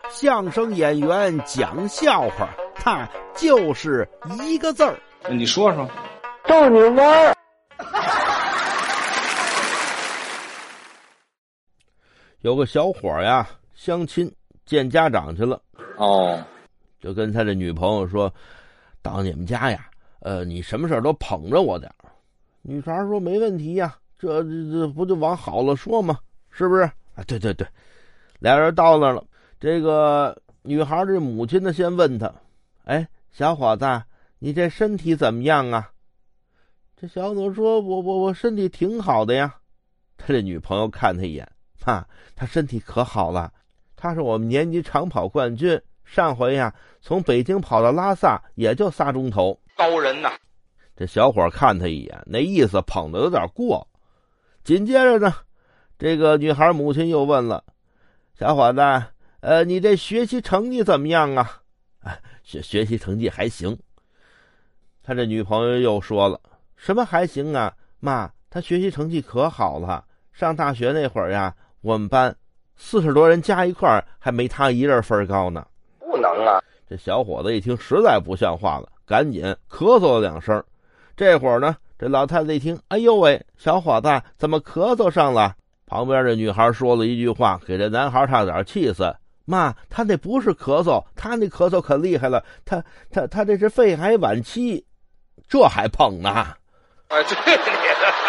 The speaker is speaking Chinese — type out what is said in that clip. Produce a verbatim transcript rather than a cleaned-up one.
相声演员讲笑话，他就是一个字儿。 你说说。 逗你玩儿。 有个小伙呀，相亲见家长去了。 哦， 就跟他的女朋友说：“到你们家呀，呃，你什么事都捧着我点儿。”女孩说：“没问题呀，这这这不就往好了说吗？是不是？”啊，对对对。俩人到那了，这个女孩这母亲呢，先问他：“哎，小伙子，你这身体怎么样啊？”这小伙子说：“我我我身体挺好的呀。”他这女朋友看他一眼，哈，他身体可好了，他是我们年级长跑冠军，上回呀从北京跑到拉萨也就仨钟头， 高人呐！ 这小伙看他一眼，那意思捧得有点过。紧接着呢，这个女孩母亲又问了：“小伙子，呃，你这学习成绩怎么样啊？”哎，学学习成绩还行。他这女朋友又说了：“什么还行啊？妈，他学习成绩可好了。上大学那会儿呀，我们班四十多人加一块儿，还没他一人分高呢。” 不能啊！ 这小伙子一听实在不像话了，赶紧咳嗽了两声。这会儿呢，这老太太一听，哎呦喂，小伙子怎么咳嗽上了？旁边这女孩说了一句话，给这男孩差点气死。妈，他那不是咳嗽，他那咳嗽可厉害了，他他他这是肺癌晚期，这还捧呢？ 哎，对你的。